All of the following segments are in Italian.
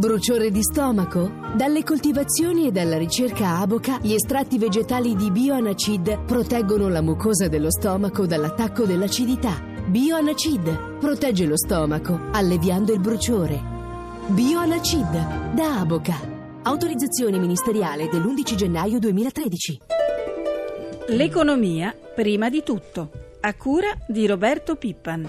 Bruciore di stomaco? Dalle coltivazioni e dalla ricerca Aboca, gli estratti vegetali di Bioanacid proteggono la mucosa dello stomaco dall'attacco dell'acidità. Bioanacid protegge lo stomaco, alleviando il bruciore. Bioanacid da Aboca. Autorizzazione ministeriale dell'11 gennaio 2013. L'economia prima di tutto. A cura di Roberto Pippan.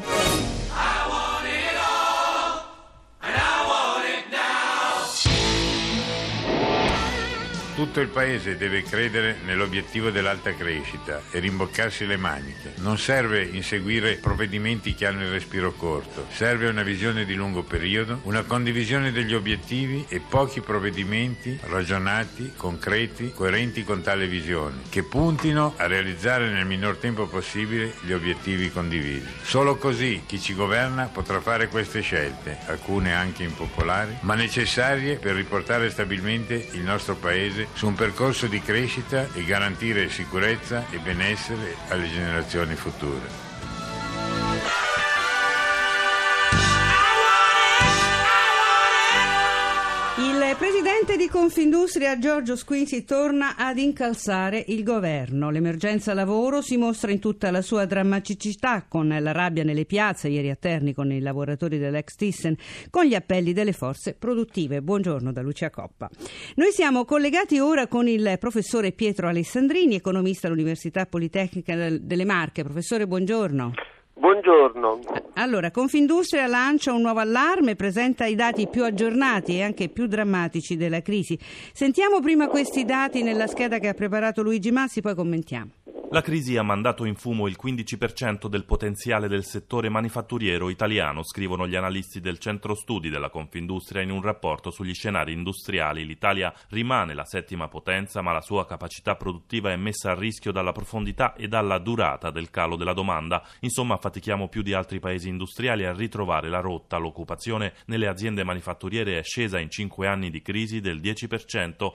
Tutto il paese deve credere nell'obiettivo dell'alta crescita e rimboccarsi le maniche. Non serve inseguire provvedimenti che hanno il respiro corto, serve una visione di lungo periodo, una condivisione degli obiettivi e pochi provvedimenti ragionati, concreti, coerenti con tale visione, che puntino a realizzare nel minor tempo possibile gli obiettivi condivisi. Solo così chi ci governa potrà fare queste scelte, alcune anche impopolari, ma necessarie per riportare stabilmente il nostro paese su un percorso di crescita e garantire sicurezza e benessere alle generazioni future. Il presidente di Confindustria Giorgio Squinzi torna ad incalzare il governo. L'emergenza lavoro si mostra in tutta la sua drammaticità, con la rabbia nelle piazze, ieri a Terni con i lavoratori dell'ex Thyssen, con gli appelli delle forze produttive. Buongiorno da Lucia Coppa. Noi siamo collegati ora con il professore Pietro Alessandrini, economista all'Università Politecnica delle Marche. Professore, buongiorno. Buongiorno. Allora, Confindustria lancia un nuovo allarme, presenta i dati più aggiornati e anche più drammatici della crisi. Sentiamo prima questi dati nella scheda che ha preparato Luigi Massi, poi commentiamo. La crisi ha mandato in fumo il 15% del potenziale del settore manifatturiero italiano, scrivono gli analisti del centro studi della Confindustria in un rapporto sugli scenari industriali. L'Italia rimane la settima potenza, ma la sua capacità produttiva è messa a rischio dalla profondità e dalla durata del calo della domanda. Insomma, fatichiamo più di altri paesi industriali a ritrovare la rotta. L'occupazione nelle aziende manifatturiere è scesa in 5 anni di crisi del 10%,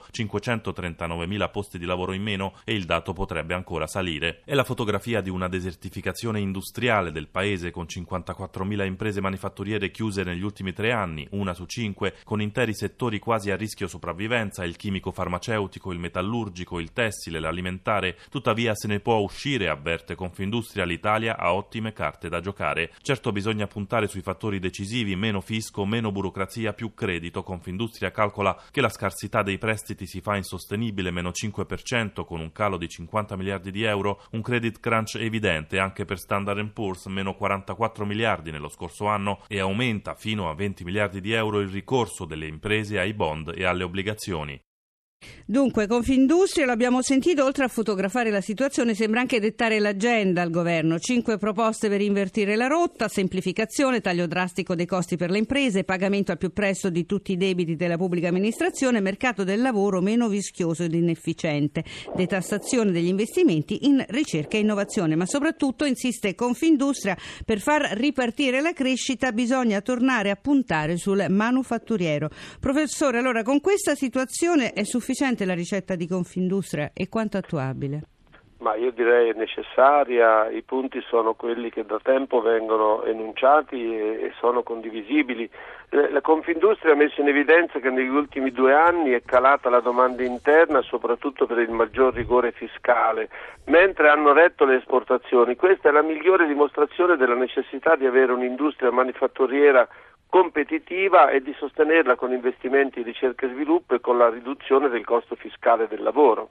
539.000 posti di lavoro in meno, e il dato potrebbe ancora salire. È la fotografia di una desertificazione industriale del paese, con 54.000 imprese manifatturiere chiuse negli ultimi 3 anni, una su 5, con interi settori quasi a rischio sopravvivenza: il chimico farmaceutico, il metallurgico, il tessile, l'alimentare. Tuttavia se ne può uscire, avverte Confindustria. L'Italia ha ottime carte da giocare. Certo, bisogna puntare sui fattori decisivi: meno fisco, meno burocrazia, più credito. Confindustria calcola che la scarsità dei prestiti si fa insostenibile, meno 5%, con un calo di 50 miliardi di euro, un credit crunch evidente anche per Standard & Poor's, meno 44 miliardi nello scorso anno, e aumenta fino a 20 miliardi di euro il ricorso delle imprese ai bond e alle obbligazioni. Dunque, Confindustria, l'abbiamo sentito, oltre a fotografare la situazione sembra anche dettare l'agenda al governo. 5 proposte per invertire la rotta: semplificazione, taglio drastico dei costi per le imprese, pagamento al più presto di tutti i debiti della pubblica amministrazione, mercato del lavoro meno vischioso ed inefficiente, detassazione degli investimenti in ricerca e innovazione. Ma soprattutto, insiste Confindustria, per far ripartire la crescita bisogna tornare a puntare sul manufatturiero. Professore, allora, con questa situazione è sufficiente la ricetta di Confindustria e quanto attuabile? Ma io direi è necessaria. I punti sono quelli che da tempo vengono enunciati e sono condivisibili. La Confindustria ha messo in evidenza che negli ultimi 2 anni è calata la domanda interna, soprattutto per il maggior rigore fiscale, mentre hanno retto le esportazioni. Questa è la migliore dimostrazione della necessità di avere un'industria manifatturiera competitiva e di sostenerla con investimenti in ricerca e sviluppo e con la riduzione del costo fiscale del lavoro.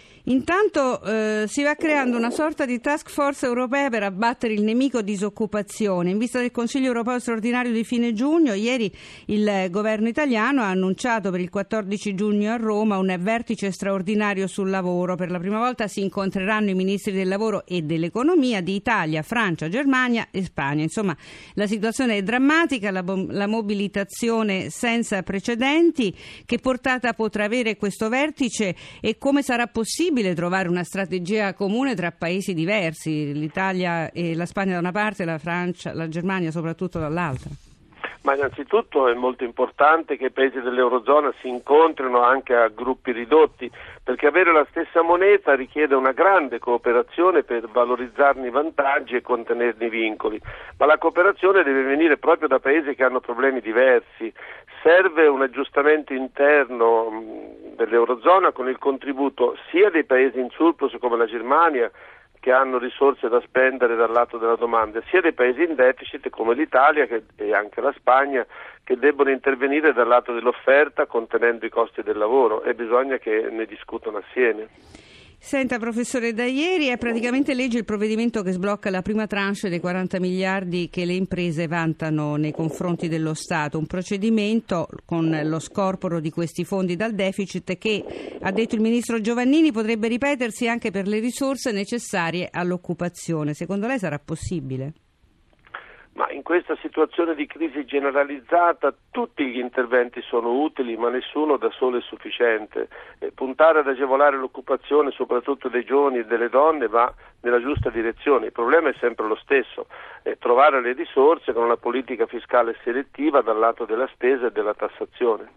Intanto si va creando una sorta di task force europea per abbattere il nemico disoccupazione. In vista del Consiglio europeo straordinario di fine giugno, ieri il governo italiano ha annunciato per il 14 giugno a Roma un vertice straordinario sul lavoro. Per la prima volta si incontreranno i ministri del lavoro e dell'economia di Italia, Francia, Germania e Spagna. Insomma, la situazione è drammatica, la mobilitazione senza precedenti. Che portata potrà avere questo vertice e come sarà possibile trovare una strategia comune tra paesi diversi, l'Italia e la Spagna da una parte, la Francia, la Germania soprattutto dall'altra? Ma innanzitutto è molto importante che i paesi dell'Eurozona si incontrino anche a gruppi ridotti, perché avere la stessa moneta richiede una grande cooperazione per valorizzarne i vantaggi e contenerne i vincoli, ma la cooperazione deve venire proprio da paesi che hanno problemi diversi. Serve un aggiustamento interno dell'Eurozona con il contributo sia dei paesi in surplus come la Germania, che hanno risorse da spendere dal lato della domanda, sia dei paesi in deficit come l'Italia e anche la Spagna, che debbono intervenire dal lato dell'offerta contenendo i costi del lavoro, e bisogna che ne discutano assieme. Senta professore, da ieri è praticamente legge il provvedimento che sblocca la prima tranche dei 40 miliardi che le imprese vantano nei confronti dello Stato, un procedimento con lo scorporo di questi fondi dal deficit che, ha detto il ministro Giovannini, potrebbe ripetersi anche per le risorse necessarie all'occupazione. Secondo lei sarà possibile? Ma in questa situazione di crisi generalizzata tutti gli interventi sono utili, ma nessuno da solo è sufficiente. Puntare ad agevolare l'occupazione soprattutto dei giovani e delle donne va nella giusta direzione. Il problema è sempre lo stesso, trovare le risorse con una politica fiscale selettiva dal lato della spesa e della tassazione.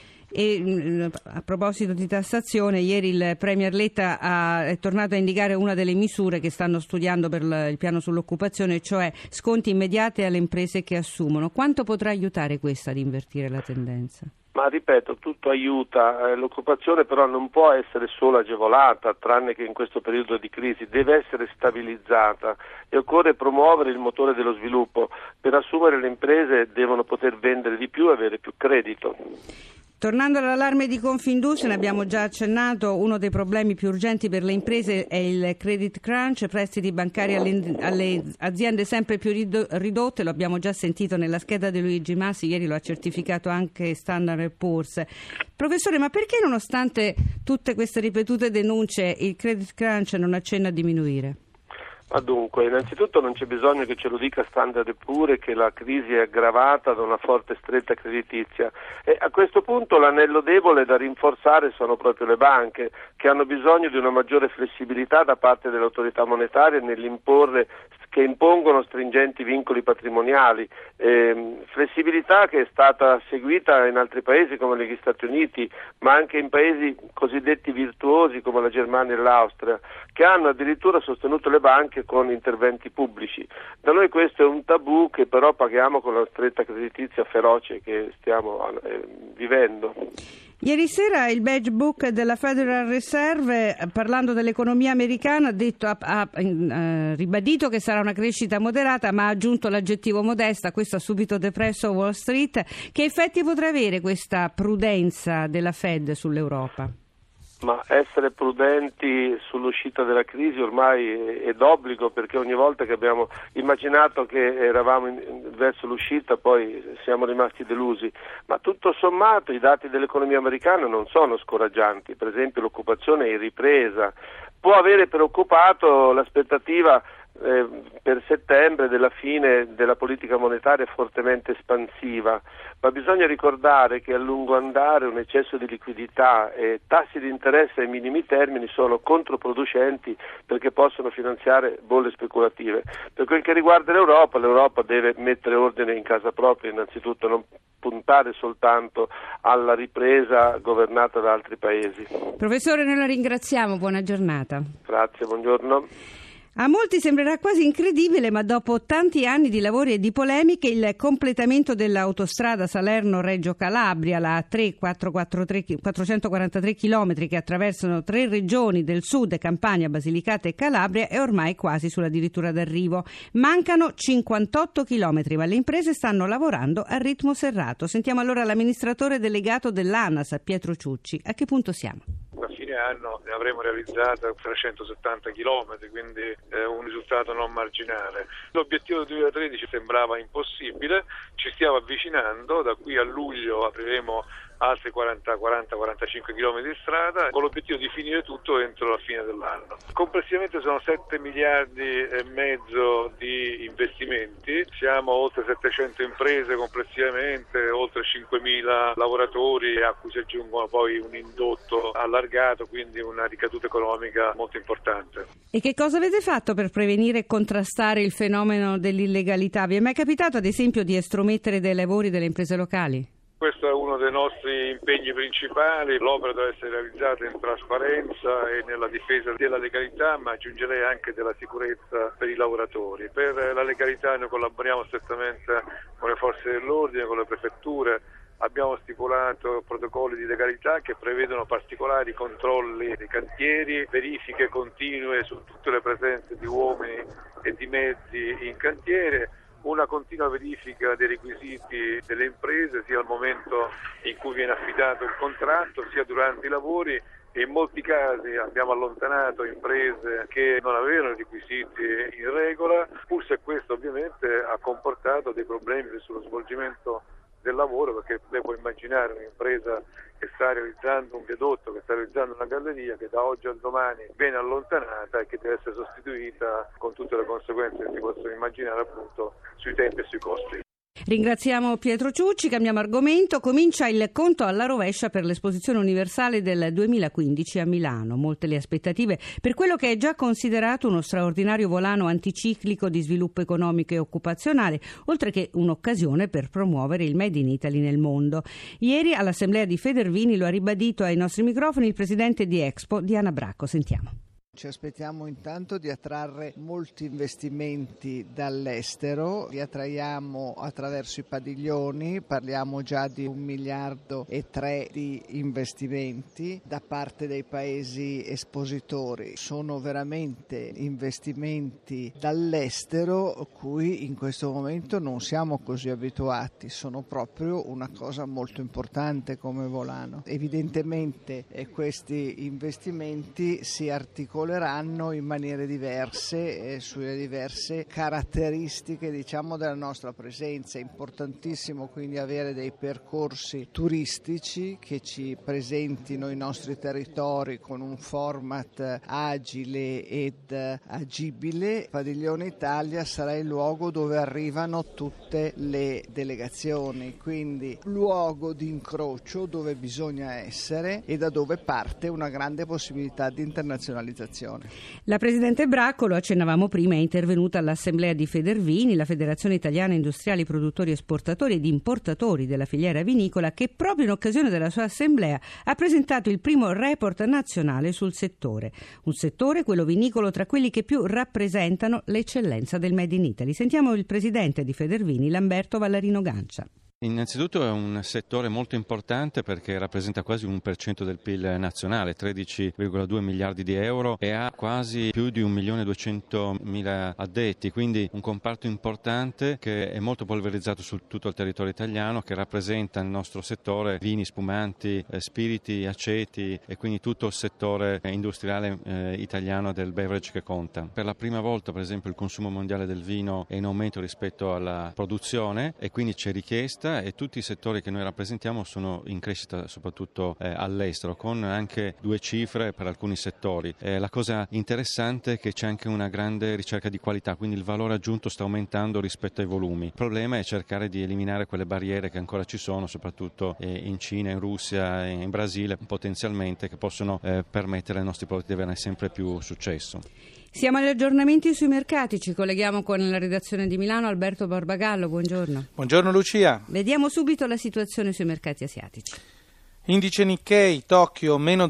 E a proposito di tassazione, ieri il Premier Letta è tornato a indicare una delle misure che stanno studiando per il piano sull'occupazione, cioè sconti immediati alle imprese che assumono. Quanto potrà aiutare questa ad invertire la tendenza? Ma ripeto, tutto aiuta, l'occupazione però non può essere solo agevolata, tranne che in questo periodo di crisi, deve essere stabilizzata e occorre promuovere il motore dello sviluppo. Per assumere le imprese devono poter vendere di più e avere più credito. Tornando all'allarme di Confindustria, ne abbiamo già accennato, uno dei problemi più urgenti per le imprese è il credit crunch, prestiti bancari alle aziende sempre più ridotte, lo abbiamo già sentito nella scheda di Luigi Massi, ieri lo ha certificato anche Standard & Poor's. Professore, ma perché nonostante tutte queste ripetute denunce il credit crunch non accenna a diminuire? Ma dunque, innanzitutto non c'è bisogno che ce lo dica Standard & Poor's che la crisi è aggravata da una forte stretta creditizia e a questo punto l'anello debole da rinforzare sono proprio le banche, che hanno bisogno di una maggiore flessibilità da parte delle autorità monetarie che impongono stringenti vincoli patrimoniali, flessibilità che è stata seguita in altri paesi come negli Stati Uniti, ma anche in paesi cosiddetti virtuosi come la Germania e l'Austria, che hanno addirittura sostenuto le banche con interventi pubblici. Da noi questo è un tabù che però paghiamo con la stretta creditizia feroce che stiamo vivendo. Ieri sera il Beige Book della Federal Reserve, parlando dell'economia americana, ha ribadito che sarà una crescita moderata, ma ha aggiunto l'aggettivo modesta. Questo ha subito depresso Wall Street. Che effetti potrà avere questa prudenza della Fed sull'Europa? Ma essere prudenti sull'uscita della crisi ormai è d'obbligo, perché ogni volta che abbiamo immaginato che eravamo verso l'uscita poi siamo rimasti delusi, ma tutto sommato i dati dell'economia americana non sono scoraggianti. Per esempio l'occupazione è in ripresa, può avere preoccupato l'aspettativa per settembre della fine della politica monetaria fortemente espansiva, ma bisogna ricordare che a lungo andare un eccesso di liquidità e tassi di interesse ai minimi termini sono controproducenti perché possono finanziare bolle speculative. Per quel che riguarda l'Europa deve mettere ordine in casa propria, innanzitutto non puntare soltanto alla ripresa governata da altri paesi. Professore, noi la ringraziamo, buona giornata. Grazie, buongiorno. A molti sembrerà quasi incredibile, ma dopo tanti anni di lavori e di polemiche il completamento dell'autostrada Salerno-Reggio Calabria, la A3 443 km che attraversano 3 regioni del sud, Campania, Basilicata e Calabria, è ormai quasi sulla dirittura d'arrivo. Mancano 58 km, ma le imprese stanno lavorando a ritmo serrato. Sentiamo allora l'amministratore delegato dell'ANAS, Pietro Ciucci. A che punto siamo? A fine anno ne avremo realizzata 370 km, quindi è un risultato non marginale. L'obiettivo del 2013 sembrava impossibile, ci stiamo avvicinando, da qui a luglio apriremo altri 40-45 km di strada, con l'obiettivo di finire tutto entro la fine dell'anno. Complessivamente sono 7 miliardi e mezzo di investimenti, siamo oltre 700 imprese complessivamente, oltre 5.000 lavoratori a cui si aggiungono poi un indotto allargato, quindi una ricaduta economica molto importante. E che cosa avete fatto per prevenire e contrastare il fenomeno dell'illegalità? Vi è mai capitato ad esempio di estromettere dei lavori delle imprese locali? Questo è uno dei nostri impegni principali, l'opera deve essere realizzata in trasparenza e nella difesa della legalità, ma aggiungerei anche della sicurezza per i lavoratori. Per la legalità noi collaboriamo strettamente con le forze dell'ordine, con le prefetture, abbiamo stipulato protocolli di legalità che prevedono particolari controlli dei cantieri, verifiche continue su tutte le presenze di uomini e di mezzi in cantiere, una continua verifica dei requisiti delle imprese sia al momento in cui viene affidato il contratto sia durante i lavori, e in molti casi abbiamo allontanato imprese che non avevano requisiti in regola, pur se questo ovviamente ha comportato dei problemi sullo svolgimento del lavoro, perché lei può immaginare un'impresa che sta realizzando un viadotto, che sta realizzando una galleria, che da oggi al domani viene allontanata e che deve essere sostituita con tutte le conseguenze che si possono immaginare appunto sui tempi e sui costi. Ringraziamo Pietro Ciucci, cambiamo argomento. Comincia il conto alla rovescia per l'Esposizione Universale del 2015 a Milano. Molte le aspettative per quello che è già considerato uno straordinario volano anticiclico di sviluppo economico e occupazionale, oltre che un'occasione per promuovere il Made in Italy nel mondo. Ieri all'Assemblea di Federvini lo ha ribadito ai nostri microfoni il presidente di Expo, Diana Bracco. Sentiamo. Ci aspettiamo intanto di attrarre molti investimenti dall'estero, li attraiamo attraverso i padiglioni, parliamo già di 1,3 miliardi di investimenti da parte dei paesi espositori. Sono veramente investimenti dall'estero a cui in questo momento non siamo così abituati, sono proprio una cosa molto importante come volano. Evidentemente questi investimenti si articolano in maniere diverse sulle diverse caratteristiche della nostra presenza. È importantissimo quindi avere dei percorsi turistici che ci presentino i nostri territori con un format agile ed agibile. Padiglione Italia sarà il luogo dove arrivano tutte le delegazioni, quindi luogo di incrocio dove bisogna essere e da dove parte una grande possibilità di internazionalizzazione. La Presidente Bracco, lo accennavamo prima, è intervenuta all'Assemblea di Federvini, la Federazione Italiana Industriali, Produttori, Esportatori ed Importatori della filiera vinicola, che proprio in occasione della sua assemblea ha presentato il primo report nazionale sul settore. Un settore, quello vinicolo, tra quelli che più rappresentano l'eccellenza del Made in Italy. Sentiamo il Presidente di Federvini, Lamberto Vallarino Gancia. Innanzitutto è un settore molto importante perché rappresenta quasi 1% del PIL nazionale, 13,2 miliardi di euro, e ha quasi più di 1.200.000 addetti, quindi un comparto importante che è molto polverizzato su tutto il territorio italiano, che rappresenta il nostro settore vini, spumanti, spiriti, aceti e quindi tutto il settore industriale italiano del beverage che conta. Per la prima volta, per esempio, il consumo mondiale del vino è in aumento rispetto alla produzione e quindi c'è richiesta, e tutti i settori che noi rappresentiamo sono in crescita soprattutto all'estero, con anche 2 cifre per alcuni settori. La cosa interessante è che c'è anche una grande ricerca di qualità, quindi il valore aggiunto sta aumentando rispetto ai volumi. Il problema è cercare di eliminare quelle barriere che ancora ci sono, soprattutto in Cina, in Russia, in Brasile potenzialmente, che possono permettere ai nostri prodotti di avere sempre più successo. Siamo agli aggiornamenti sui mercati, ci colleghiamo con la redazione di Milano. Alberto Barbagallo, buongiorno. Buongiorno Lucia. Vediamo subito la situazione sui mercati asiatici. Indice Nikkei, Tokyo meno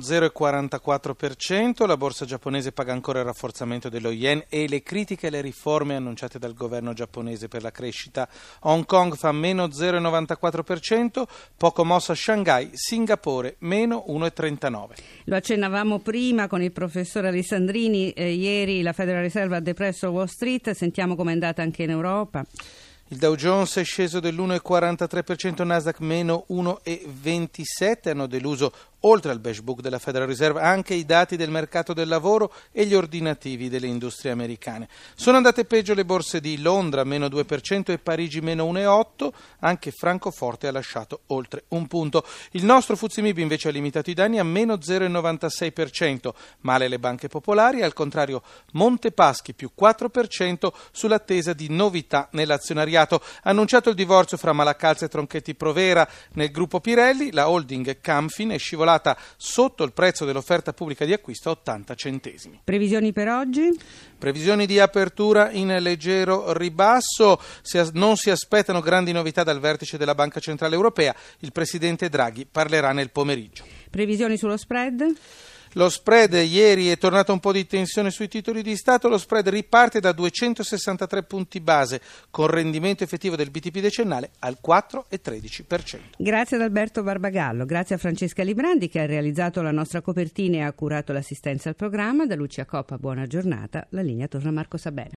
0,44%, la borsa giapponese paga ancora il rafforzamento dello yen e le critiche alle riforme annunciate dal governo giapponese per la crescita. Hong Kong fa meno 0,94%, poco mossa Shanghai, Singapore meno 1,39%. Lo accennavamo prima con il professor Alessandrini, ieri la Federal Reserve ha depresso Wall Street, sentiamo com'è andata anche in Europa. Il Dow Jones è sceso dell'1,43%, Nasdaq meno 1,27%, hanno deluso oltre al beige book della Federal Reserve, anche i dati del mercato del lavoro e gli ordinativi delle industrie americane. Sono andate peggio le borse di Londra, meno 2%, e Parigi, meno 1,8%, anche Francoforte ha lasciato oltre un punto. Il nostro FTSE MIB invece ha limitato i danni a meno 0,96%, male le banche popolari, al contrario Montepaschi più 4% sull'attesa di novità nell'azionariato. Annunciato il divorzio fra Malacalza e Tronchetti Provera nel gruppo Pirelli, la holding Camfin è scivolata sotto il prezzo dell'offerta pubblica di acquisto a 80 centesimi. Previsioni per oggi? Previsioni di apertura in leggero ribasso, non si aspettano grandi novità dal vertice della Banca Centrale Europea, il presidente Draghi parlerà nel pomeriggio. Previsioni sullo spread? Lo spread ieri è tornato un po' di tensione sui titoli di Stato, lo spread riparte da 263 punti base con rendimento effettivo del BTP decennale al 4,13%. Grazie ad Alberto Barbagallo, grazie a Francesca Librandi che ha realizzato la nostra copertina e ha curato l'assistenza al programma. Da Lucia Coppa buona giornata, la linea torna a Marco Sabena.